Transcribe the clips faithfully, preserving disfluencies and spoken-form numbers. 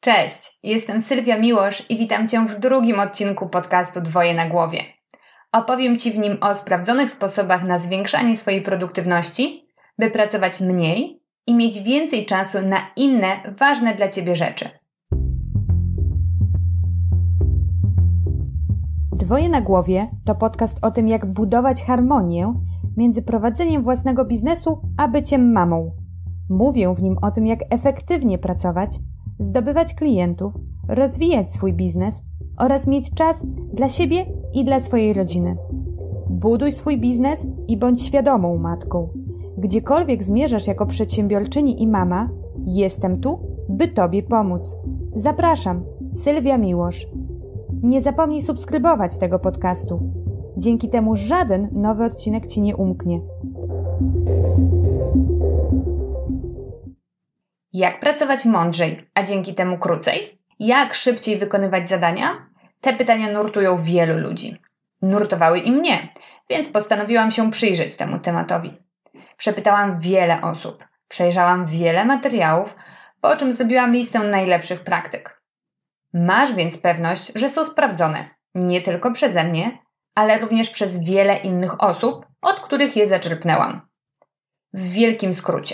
Cześć, jestem Sylwia Miłosz i witam Cię w drugim odcinku podcastu Dwoje na głowie. Opowiem Ci w nim o sprawdzonych sposobach na zwiększanie swojej produktywności, by pracować mniej i mieć więcej czasu na inne ważne dla Ciebie rzeczy. Dwoje na głowie to podcast o tym, jak budować harmonię między prowadzeniem własnego biznesu a byciem mamą. Mówię w nim o tym, jak efektywnie pracować, zdobywać klientów, rozwijać swój biznes oraz mieć czas dla siebie i dla swojej rodziny. Buduj swój biznes i bądź świadomą matką. Gdziekolwiek zmierzasz jako przedsiębiorczyni i mama, jestem tu, by Tobie pomóc. Zapraszam, Sylwia Miłosz. Nie zapomnij subskrybować tego podcastu. Dzięki temu żaden nowy odcinek Ci nie umknie. Jak pracować mądrzej, a dzięki temu krócej? Jak szybciej wykonywać zadania? Te pytania nurtują wielu ludzi. Nurtowały i mnie, więc postanowiłam się przyjrzeć temu tematowi. Przepytałam wiele osób, przejrzałam wiele materiałów, po czym zrobiłam listę najlepszych praktyk. Masz więc pewność, że są sprawdzone nie tylko przeze mnie, ale również przez wiele innych osób, od których je zaczerpnęłam. W wielkim skrócie.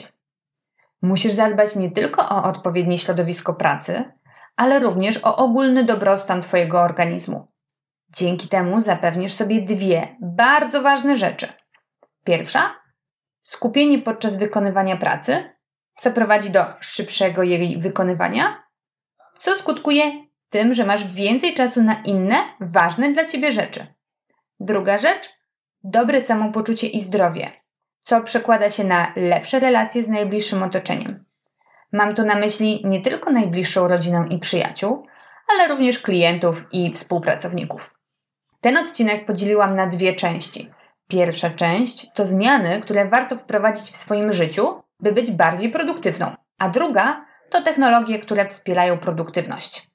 Musisz zadbać nie tylko o odpowiednie środowisko pracy, ale również o ogólny dobrostan Twojego organizmu. Dzięki temu zapewnisz sobie dwie bardzo ważne rzeczy. Pierwsza, skupienie podczas wykonywania pracy, co prowadzi do szybszego jej wykonywania, co skutkuje tym, że masz więcej czasu na inne, ważne dla Ciebie rzeczy. Druga rzecz, dobre samopoczucie i zdrowie, co przekłada się na lepsze relacje z najbliższym otoczeniem. Mam tu na myśli nie tylko najbliższą rodzinę i przyjaciół, ale również klientów i współpracowników. Ten odcinek podzieliłam na dwie części. Pierwsza część to zmiany, które warto wprowadzić w swoim życiu, by być bardziej produktywną, a druga to technologie, które wspierają produktywność.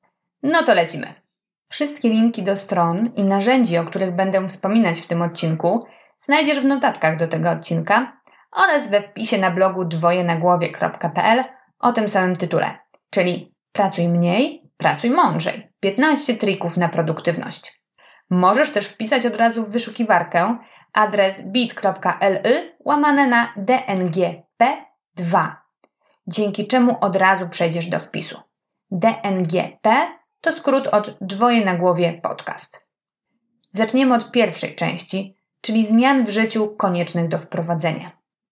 No to lecimy. Wszystkie linki do stron i narzędzi, o których będę wspominać w tym odcinku, znajdziesz w notatkach do tego odcinka oraz we wpisie na blogu dwojenagłowie kropka pe el o tym samym tytule, czyli Pracuj mniej, pracuj mądrzej. piętnaście trików na produktywność. Możesz też wpisać od razu w wyszukiwarkę adres bit.ly łamane na D N G P dwa, dzięki czemu od razu przejdziesz do wpisu. D N G P to skrót od Dwoje na głowie podcast. Zaczniemy od pierwszej części, czyli zmian w życiu koniecznych do wprowadzenia.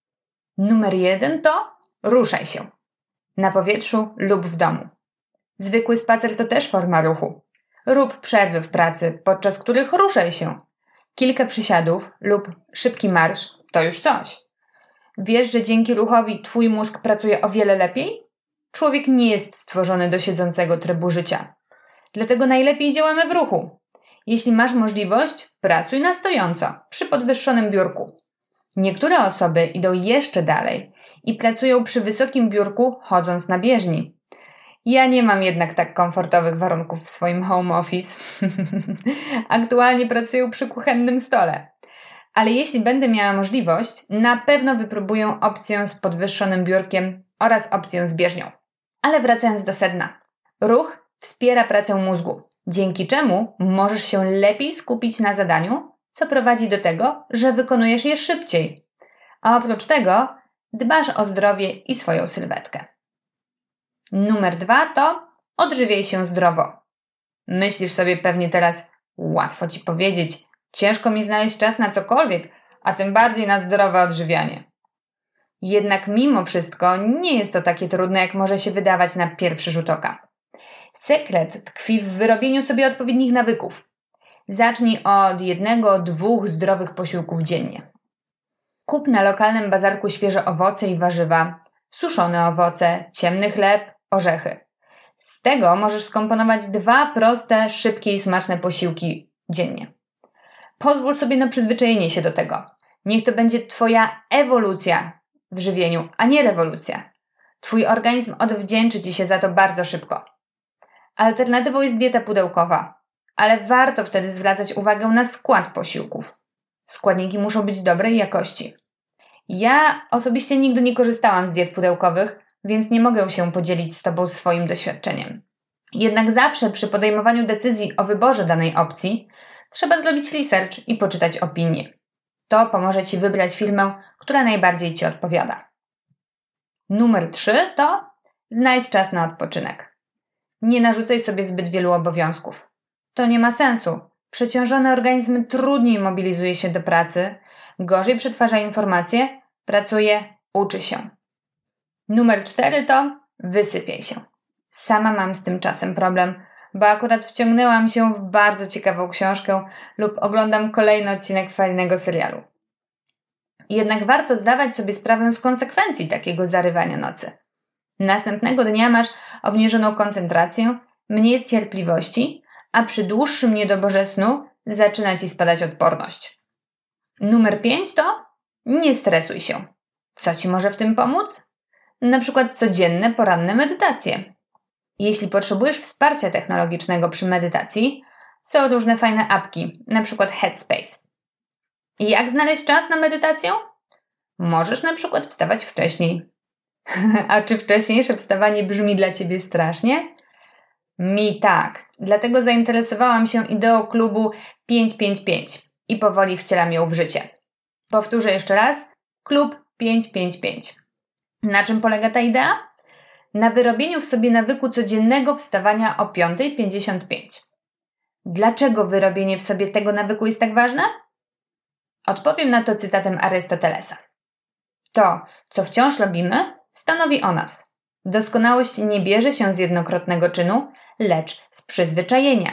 Numer jeden to ruszaj się. Na powietrzu lub w domu. Zwykły spacer to też forma ruchu. Rób przerwy w pracy, podczas których ruszaj się. Kilka przysiadów lub szybki marsz to już coś. Wiesz, że dzięki ruchowi Twój mózg pracuje o wiele lepiej? Człowiek nie jest stworzony do siedzącego trybu życia. Dlatego najlepiej działamy w ruchu. Jeśli masz możliwość, pracuj na stojąco, przy podwyższonym biurku. Niektóre osoby idą jeszcze dalej i pracują przy wysokim biurku, chodząc na bieżni. Ja nie mam jednak tak komfortowych warunków w swoim home office. Aktualnie pracuję przy kuchennym stole. Ale jeśli będę miała możliwość, na pewno wypróbuję opcję z podwyższonym biurkiem oraz opcję z bieżnią. Ale wracając do sedna. Ruch wspiera pracę mózgu, dzięki czemu możesz się lepiej skupić na zadaniu, co prowadzi do tego, że wykonujesz je szybciej. A oprócz tego dbasz o zdrowie i swoją sylwetkę. Numer dwa to odżywiaj się zdrowo. Myślisz sobie pewnie teraz, łatwo Ci powiedzieć, ciężko mi znaleźć czas na cokolwiek, a tym bardziej na zdrowe odżywianie. Jednak mimo wszystko nie jest to takie trudne, jak może się wydawać na pierwszy rzut oka. Sekret tkwi w wyrobieniu sobie odpowiednich nawyków. Zacznij od jednego, dwóch zdrowych posiłków dziennie. Kup na lokalnym bazarku świeże owoce i warzywa, suszone owoce, ciemny chleb, orzechy. Z tego możesz skomponować dwa proste, szybkie i smaczne posiłki dziennie. Pozwól sobie na przyzwyczajenie się do tego. Niech to będzie Twoja ewolucja w żywieniu, a nie rewolucja. Twój organizm odwdzięczy Ci się za to bardzo szybko. Alternatywą jest dieta pudełkowa, ale warto wtedy zwracać uwagę na skład posiłków. Składniki muszą być dobrej jakości. Ja osobiście nigdy nie korzystałam z diet pudełkowych, więc nie mogę się podzielić z Tobą swoim doświadczeniem. Jednak zawsze przy podejmowaniu decyzji o wyborze danej opcji trzeba zrobić research i poczytać opinie. To pomoże Ci wybrać firmę, która najbardziej Ci odpowiada. Numer trzy to znajdź czas na odpoczynek. Nie narzucaj sobie zbyt wielu obowiązków. To nie ma sensu. Przeciążony organizm trudniej mobilizuje się do pracy, gorzej przetwarza informacje, pracuje, uczy się. Numer cztery to wysypiaj się. Sama mam z tym czasem problem, bo akurat wciągnęłam się w bardzo ciekawą książkę lub oglądam kolejny odcinek fajnego serialu. Jednak warto zdawać sobie sprawę z konsekwencji takiego zarywania nocy. Następnego dnia masz obniżoną koncentrację, mniej cierpliwości, a przy dłuższym niedoborze snu zaczyna Ci spadać odporność. Numer pięć to nie stresuj się. Co Ci może w tym pomóc? Na przykład codzienne poranne medytacje. Jeśli potrzebujesz wsparcia technologicznego przy medytacji, są różne fajne apki, na przykład Headspace. I jak znaleźć czas na medytację? Możesz na przykład wstawać wcześniej. A czy wcześniejsze wstawanie brzmi dla Ciebie strasznie? Mi tak, dlatego zainteresowałam się ideą klubu pięć pięć pięć i powoli wcielam ją w życie. Powtórzę jeszcze raz, klub pięć pięć pięć. Na czym polega ta idea? Na wyrobieniu w sobie nawyku codziennego wstawania o piąta pięćdziesiąt pięć. Dlaczego wyrobienie w sobie tego nawyku jest tak ważne? Odpowiem na to cytatem Arystotelesa. To, co wciąż robimy, stanowi o nas. Doskonałość nie bierze się z jednokrotnego czynu, lecz z przyzwyczajenia.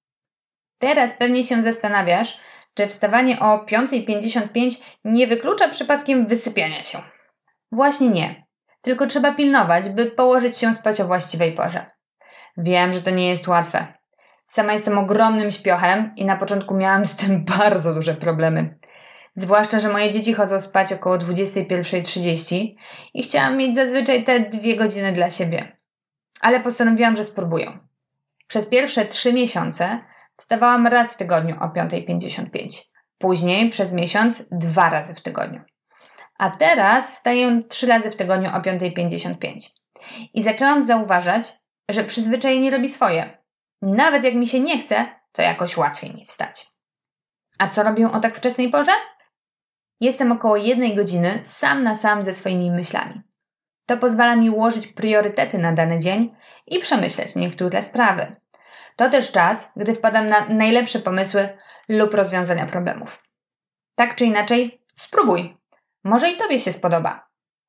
Teraz pewnie się zastanawiasz, czy wstawanie o piąta pięćdziesiąt pięć nie wyklucza przypadkiem wysypiania się. Właśnie nie, tylko trzeba pilnować, by położyć się spać o właściwej porze. Wiem, że to nie jest łatwe. Sama jestem ogromnym śpiochem i na początku miałam z tym bardzo duże problemy. Zwłaszcza, że moje dzieci chodzą spać około dwudziesta pierwsza trzydzieści i chciałam mieć zazwyczaj te dwie godziny dla siebie. Ale postanowiłam, że spróbuję. Przez pierwsze trzy miesiące wstawałam raz w tygodniu o piąta pięćdziesiąt pięć. Później przez miesiąc dwa razy w tygodniu. A teraz wstaję trzy razy w tygodniu o piąta pięćdziesiąt pięć. I zaczęłam zauważać, że przyzwyczajenie robi swoje. Nawet jak mi się nie chce, to jakoś łatwiej mi wstać. A co robię o tak wczesnej porze? Jestem około jednej godziny sam na sam ze swoimi myślami. To pozwala mi ułożyć priorytety na dany dzień i przemyśleć niektóre sprawy. To też czas, gdy wpadam na najlepsze pomysły lub rozwiązania problemów. Tak czy inaczej, spróbuj. Może i Tobie się spodoba.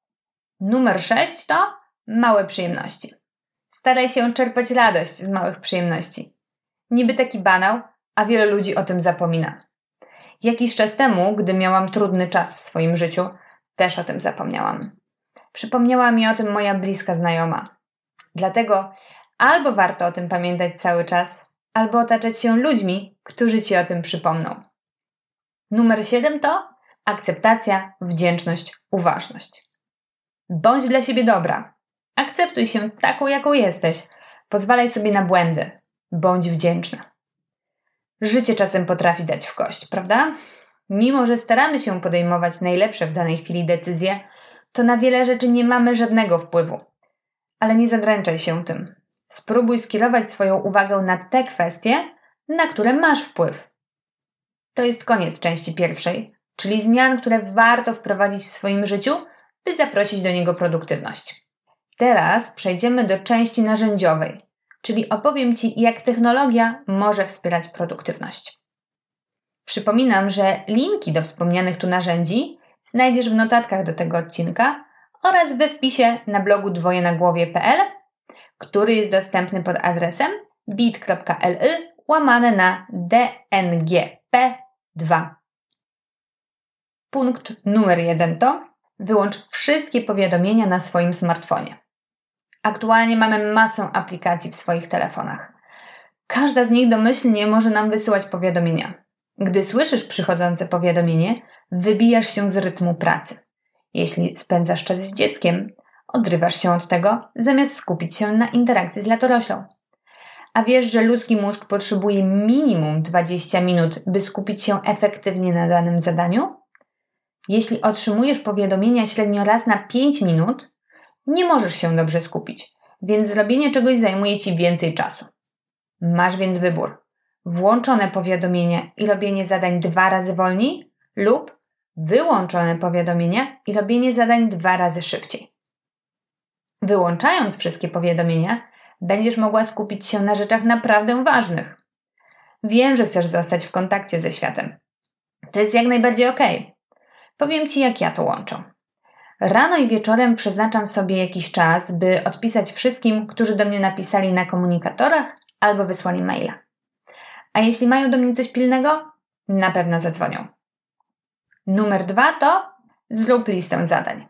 Numer sześć to małe przyjemności. Staraj się czerpać radość z małych przyjemności. Niby taki banał, a wiele ludzi o tym zapomina. Jakiś czas temu, gdy miałam trudny czas w swoim życiu, też o tym zapomniałam. Przypomniała mi o tym moja bliska znajoma. Dlatego albo warto o tym pamiętać cały czas, albo otaczać się ludźmi, którzy Ci o tym przypomną. Numer siedem to akceptacja, wdzięczność, uważność. Bądź dla siebie dobra. Akceptuj się taką, jaką jesteś. Pozwalaj sobie na błędy. Bądź wdzięczna. Życie czasem potrafi dać w kość, prawda? Mimo że staramy się podejmować najlepsze w danej chwili decyzje, to na wiele rzeczy nie mamy żadnego wpływu. Ale nie zadręczaj się tym. Spróbuj skierować swoją uwagę na te kwestie, na które masz wpływ. To jest koniec części pierwszej, czyli zmian, które warto wprowadzić w swoim życiu, by zaprosić do niego produktywność. Teraz przejdziemy do części narzędziowej, czyli opowiem Ci, jak technologia może wspierać produktywność. Przypominam, że linki do wspomnianych tu narzędzi znajdziesz w notatkach do tego odcinka oraz we wpisie na blogu dwojenagłowie kropka p l, który jest dostępny pod adresem bit.ly łamane na d n g p dwa. Punkt numer jeden to wyłącz wszystkie powiadomienia na swoim smartfonie. Aktualnie mamy masę aplikacji w swoich telefonach. Każda z nich domyślnie może nam wysyłać powiadomienia. Gdy słyszysz przychodzące powiadomienie, wybijasz się z rytmu pracy. Jeśli spędzasz czas z dzieckiem, odrywasz się od tego, zamiast skupić się na interakcji z latoroślą. A wiesz, że ludzki mózg potrzebuje minimum dwadzieścia minut, by skupić się efektywnie na danym zadaniu? Jeśli otrzymujesz powiadomienia średnio raz na pięć minut, nie możesz się dobrze skupić, więc zrobienie czegoś zajmuje Ci więcej czasu. Masz więc wybór: włączone powiadomienia i robienie zadań dwa razy wolniej lub wyłączone powiadomienia i robienie zadań dwa razy szybciej. Wyłączając wszystkie powiadomienia, będziesz mogła skupić się na rzeczach naprawdę ważnych. Wiem, że chcesz zostać w kontakcie ze światem. To jest jak najbardziej okej. Powiem Ci, jak ja to łączę. Rano i wieczorem przeznaczam sobie jakiś czas, by odpisać wszystkim, którzy do mnie napisali na komunikatorach albo wysłali maila. A jeśli mają do mnie coś pilnego, na pewno zadzwonią. Numer dwa to zrób listę zadań.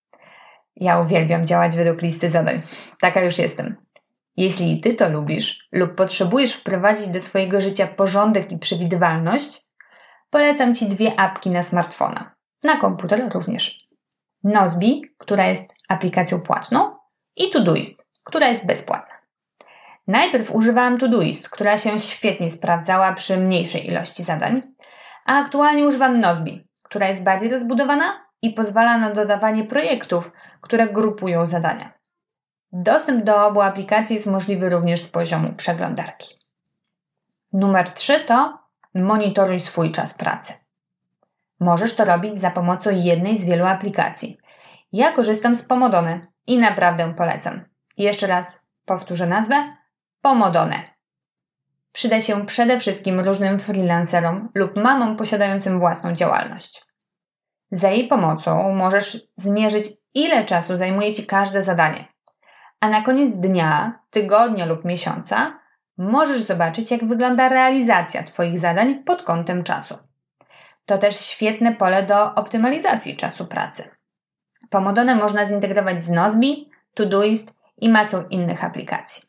Ja uwielbiam działać według listy zadań. Taka już jestem. Jeśli Ty to lubisz lub potrzebujesz wprowadzić do swojego życia porządek i przewidywalność, polecam Ci dwie apki na smartfona. Na komputer również. Nozbe, która jest aplikacją płatną, i Todoist, która jest bezpłatna. Najpierw używałam Todoist, która się świetnie sprawdzała przy mniejszej ilości zadań, a aktualnie używam Nozbe, która jest bardziej rozbudowana i pozwala na dodawanie projektów, które grupują zadania. Dostęp do obu aplikacji jest możliwy również z poziomu przeglądarki. Numer trzy to monitoruj swój czas pracy. Możesz to robić za pomocą jednej z wielu aplikacji. Ja korzystam z Pomodone i naprawdę polecam. Jeszcze raz powtórzę nazwę: Pomodone. Przyda się przede wszystkim różnym freelancerom lub mamom posiadającym własną działalność. Za jej pomocą możesz zmierzyć, ile czasu zajmuje Ci każde zadanie. A na koniec dnia, tygodnia lub miesiąca możesz zobaczyć, jak wygląda realizacja Twoich zadań pod kątem czasu. To też świetne pole do optymalizacji czasu pracy. Pomodone można zintegrować z Nozbe, Todoist i masą innych aplikacji.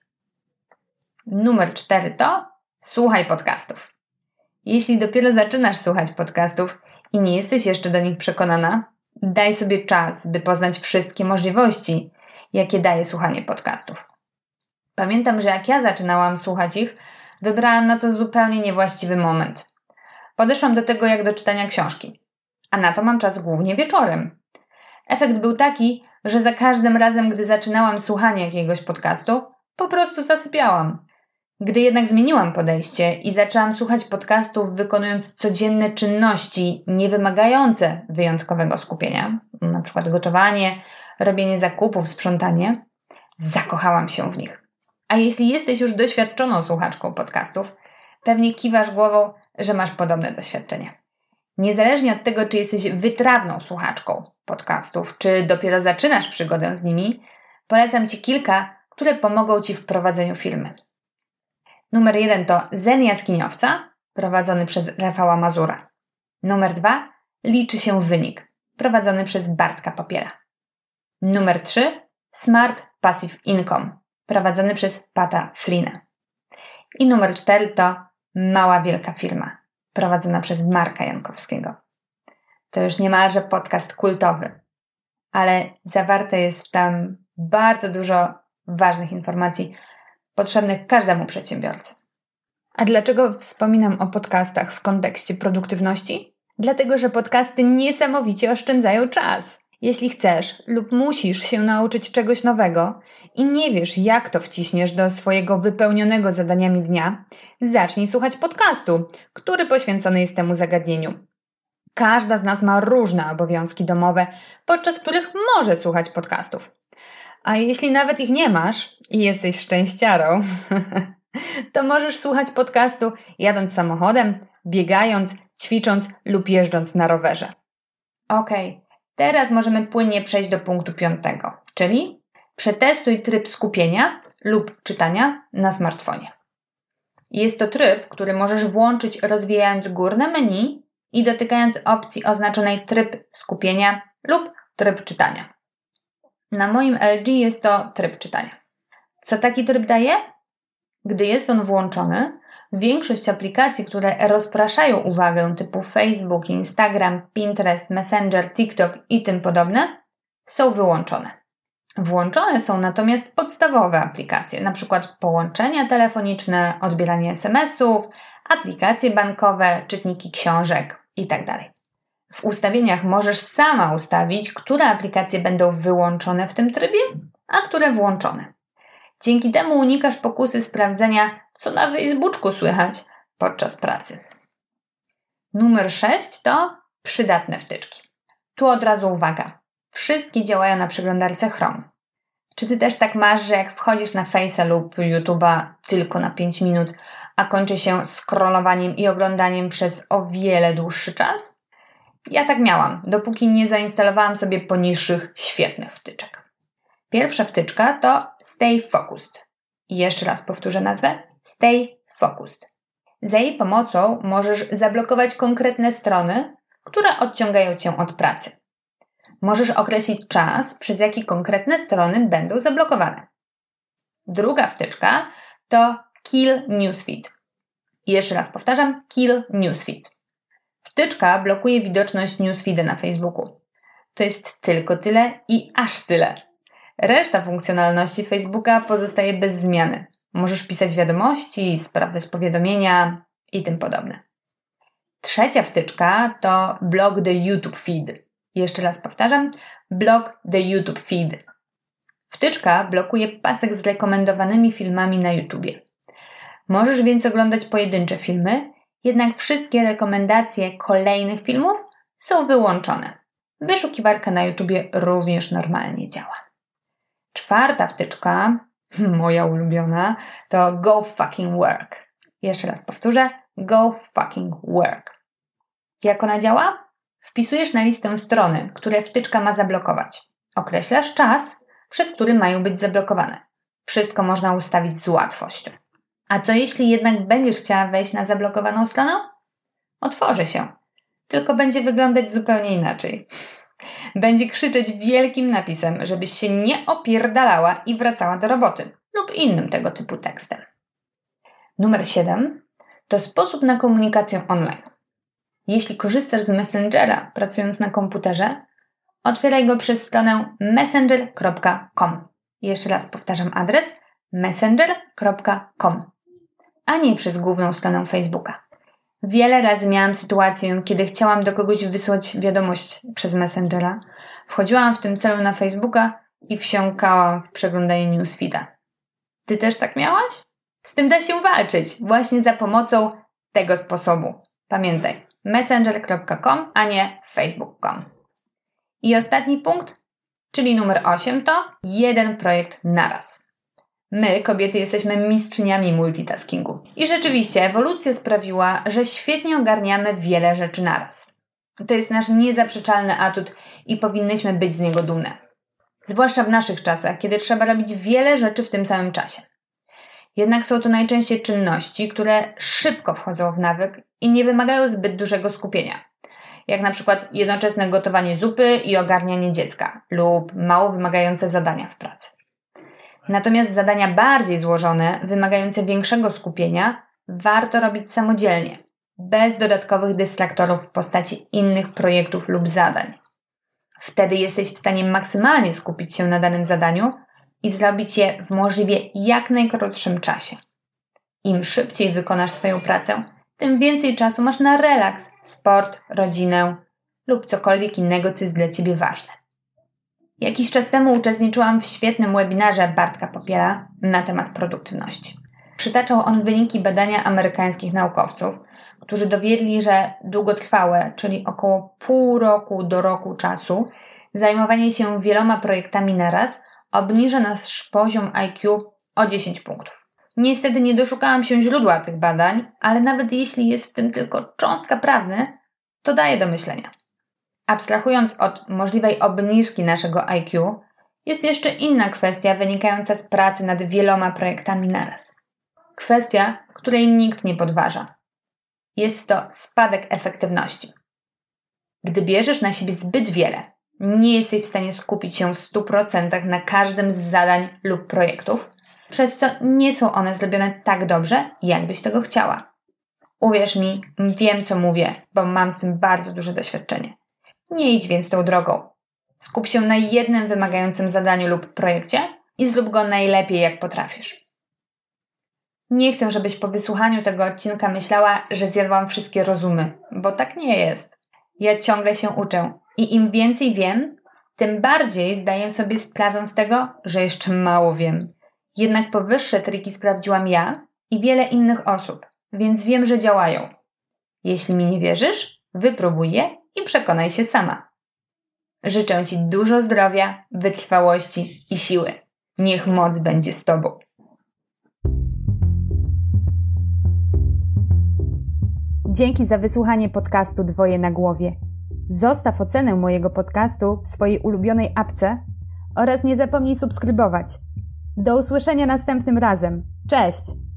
Numer cztery to słuchaj podcastów. Jeśli dopiero zaczynasz słuchać podcastów i nie jesteś jeszcze do nich przekonana, daj sobie czas, by poznać wszystkie możliwości, jakie daje słuchanie podcastów. Pamiętam, że jak ja zaczynałam słuchać ich, wybrałam na to zupełnie niewłaściwy moment. Podeszłam do tego jak do czytania książki, a na to mam czas głównie wieczorem. Efekt był taki, że za każdym razem, gdy zaczynałam słuchanie jakiegoś podcastu, po prostu zasypiałam. Gdy jednak zmieniłam podejście i zaczęłam słuchać podcastów wykonując codzienne czynności niewymagające wyjątkowego skupienia, na przykład gotowanie, robienie zakupów, sprzątanie, zakochałam się w nich. A jeśli jesteś już doświadczoną słuchaczką podcastów, pewnie kiwasz głową, że masz podobne doświadczenie. Niezależnie od tego, czy jesteś wytrawną słuchaczką podcastów, czy dopiero zaczynasz przygodę z nimi, polecam Ci kilka, które pomogą Ci w prowadzeniu firmy. Numer jeden to Zen Jaskiniowca, prowadzony przez Rafała Mazura. Numer dwa Liczy się wynik, prowadzony przez Bartka Popiela. Numer trzy Smart Passive Income, prowadzony przez Pata Flynna. I numer cztery to Mała Wielka Firma, prowadzona przez Marka Jankowskiego. To już niemalże podcast kultowy, ale zawarte jest tam bardzo dużo ważnych informacji potrzebnych każdemu przedsiębiorcy. A dlaczego wspominam o podcastach w kontekście produktywności? Dlatego, że podcasty niesamowicie oszczędzają czas. Jeśli chcesz lub musisz się nauczyć czegoś nowego i nie wiesz, jak to wciśniesz do swojego wypełnionego zadaniami dnia, zacznij słuchać podcastu, który poświęcony jest temu zagadnieniu. Każda z nas ma różne obowiązki domowe, podczas których może słuchać podcastów. A jeśli nawet ich nie masz i jesteś szczęściarą, to możesz słuchać podcastu jadąc samochodem, biegając, ćwicząc lub jeżdżąc na rowerze. Okej, teraz możemy płynnie przejść do punktu piątego, czyli przetestuj tryb skupienia lub czytania na smartfonie. Jest to tryb, który możesz włączyć rozwijając górne menu i dotykając opcji oznaczonej tryb skupienia lub tryb czytania. Na moim L G jest to tryb czytania. Co taki tryb daje? Gdy jest on włączony, większość aplikacji, które rozpraszają uwagę typu Facebook, Instagram, Pinterest, Messenger, TikTok i tym podobne są wyłączone. Włączone są natomiast podstawowe aplikacje, np. połączenia telefoniczne, odbieranie es em esów, aplikacje bankowe, czytniki książek itd. W ustawieniach możesz sama ustawić, które aplikacje będą wyłączone w tym trybie, a które włączone. Dzięki temu unikasz pokusy sprawdzenia, co na Facebooku słychać podczas pracy. Numer sześć to przydatne wtyczki. Tu od razu uwaga. Wszystkie działają na przeglądarce Chrome. Czy Ty też tak masz, że jak wchodzisz na Face'a lub YouTube'a tylko na pięć minut, a kończy się scrollowaniem i oglądaniem przez o wiele dłuższy czas? Ja tak miałam, dopóki nie zainstalowałam sobie poniższych świetnych wtyczek. Pierwsza wtyczka to Stay Focused. I jeszcze raz powtórzę nazwę. Stay Focused. Za jej pomocą możesz zablokować konkretne strony, które odciągają Cię od pracy. Możesz określić czas, przez jaki konkretne strony będą zablokowane. Druga wtyczka to Kill Newsfeed. I jeszcze raz powtarzam, Kill Newsfeed. Wtyczka blokuje widoczność newsfeeda na Facebooku. To jest tylko tyle i aż tyle. Reszta funkcjonalności Facebooka pozostaje bez zmiany. Możesz pisać wiadomości, sprawdzać powiadomienia i tym podobne. Trzecia wtyczka to Block the YouTube Feed. Jeszcze raz powtarzam, Block the YouTube Feed. Wtyczka blokuje pasek z rekomendowanymi filmami na YouTubie. Możesz więc oglądać pojedyncze filmy, jednak wszystkie rekomendacje kolejnych filmów są wyłączone. Wyszukiwarka na YouTubie również normalnie działa. Czwarta wtyczka, moja ulubiona, to Go Fucking Work. Jeszcze raz powtórzę, Go Fucking Work. Jak ona działa? Wpisujesz na listę strony, które wtyczka ma zablokować. Określasz czas, przez który mają być zablokowane. Wszystko można ustawić z łatwością. A co jeśli jednak będziesz chciała wejść na zablokowaną stronę? Otworzy się. Tylko będzie wyglądać zupełnie inaczej. Będzie krzyczeć wielkim napisem, żebyś się nie opierdalała i wracała do roboty lub innym tego typu tekstem. Numer siedem to sposób na komunikację online. Jeśli korzystasz z Messengera pracując na komputerze, otwieraj go przez stronę messenger kropka com. Jeszcze raz powtarzam adres messenger kropka com, a nie przez główną stronę Facebooka. Wiele razy miałam sytuację, kiedy chciałam do kogoś wysłać wiadomość przez Messengera, wchodziłam w tym celu na Facebooka i wsiąkałam w przeglądanie newsfeeda. Ty też tak miałaś? Z tym da się walczyć właśnie za pomocą tego sposobu. Pamiętaj, messenger kropka com, a nie facebook kropka com. I ostatni punkt, czyli numer osiem, to jeden projekt naraz. My, kobiety, jesteśmy mistrzyniami multitaskingu. I rzeczywiście ewolucja sprawiła, że świetnie ogarniamy wiele rzeczy naraz. To jest nasz niezaprzeczalny atut i powinnyśmy być z niego dumne. Zwłaszcza w naszych czasach, kiedy trzeba robić wiele rzeczy w tym samym czasie. Jednak są to najczęściej czynności, które szybko wchodzą w nawyk i nie wymagają zbyt dużego skupienia. Jak na przykład jednoczesne gotowanie zupy i ogarnianie dziecka lub mało wymagające zadania w pracy. Natomiast zadania bardziej złożone, wymagające większego skupienia, warto robić samodzielnie, bez dodatkowych dystraktorów w postaci innych projektów lub zadań. Wtedy jesteś w stanie maksymalnie skupić się na danym zadaniu i zrobić je w możliwie jak najkrótszym czasie. Im szybciej wykonasz swoją pracę, tym więcej czasu masz na relaks, sport, rodzinę lub cokolwiek innego, co jest dla Ciebie ważne. Jakiś czas temu uczestniczyłam w świetnym webinarze Bartka Popiela na temat produktywności. Przytaczał on wyniki badania amerykańskich naukowców, którzy dowiedli, że długotrwałe, czyli około pół roku do roku czasu, zajmowanie się wieloma projektami naraz obniża nasz poziom I Q o dziesięć punktów. Niestety nie doszukałam się źródła tych badań, ale nawet jeśli jest w tym tylko cząstka prawdy, to daje do myślenia. Abstrahując od możliwej obniżki naszego I Q, jest jeszcze inna kwestia wynikająca z pracy nad wieloma projektami naraz. Kwestia, której nikt nie podważa. Jest to spadek efektywności. Gdy bierzesz na siebie zbyt wiele, nie jesteś w stanie skupić się w stu procentach na każdym z zadań lub projektów, przez co nie są one zrobione tak dobrze, jakbyś tego chciała. Uwierz mi, wiem co mówię, bo mam z tym bardzo duże doświadczenie. Nie idź więc tą drogą. Skup się na jednym wymagającym zadaniu lub projekcie i zrób go najlepiej jak potrafisz. Nie chcę, żebyś po wysłuchaniu tego odcinka myślała, że zjadłam wszystkie rozumy, bo tak nie jest. Ja ciągle się uczę i im więcej wiem, tym bardziej zdaję sobie sprawę z tego, że jeszcze mało wiem. Jednak powyższe triki sprawdziłam ja i wiele innych osób, więc wiem, że działają. Jeśli mi nie wierzysz, wypróbuj je i przekonaj się sama. Życzę Ci dużo zdrowia, wytrwałości i siły. Niech moc będzie z Tobą. Dzięki za wysłuchanie podcastu Dwoje na głowie. Zostaw ocenę mojego podcastu w swojej ulubionej apce oraz nie zapomnij subskrybować. Do usłyszenia następnym razem. Cześć!